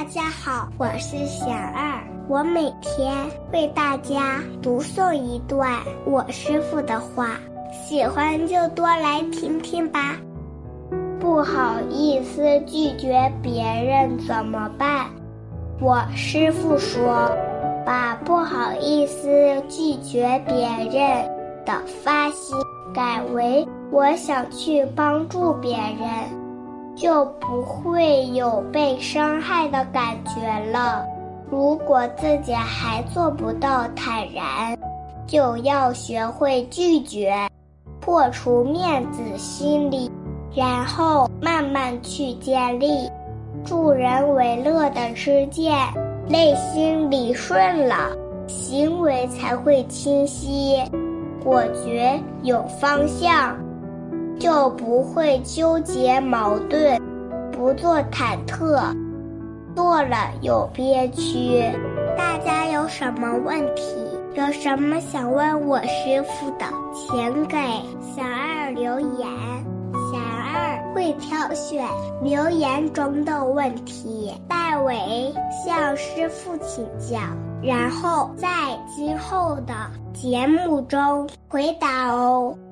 家好，我是小二，我每天为大家读诵一段我师父的话，喜欢就多来听听吧。不好意思拒绝别人怎么办？我师父说，把不好意思拒绝别人的发心改为我想去帮助别人，就不会有被伤害的感觉了。如果自己还做不到坦然，就要学会拒绝，破除面子心理，然后慢慢去建立助人为乐的知见，内心理顺了，行为才会清晰，果决有方向，就不会纠结矛盾，不做忐忑，做了有憋屈。大家有什么问题，有什么想问我师父的，请给小二留言，小二会挑选留言中的问题，代为向师父请教，然后在今后的节目中回答哦。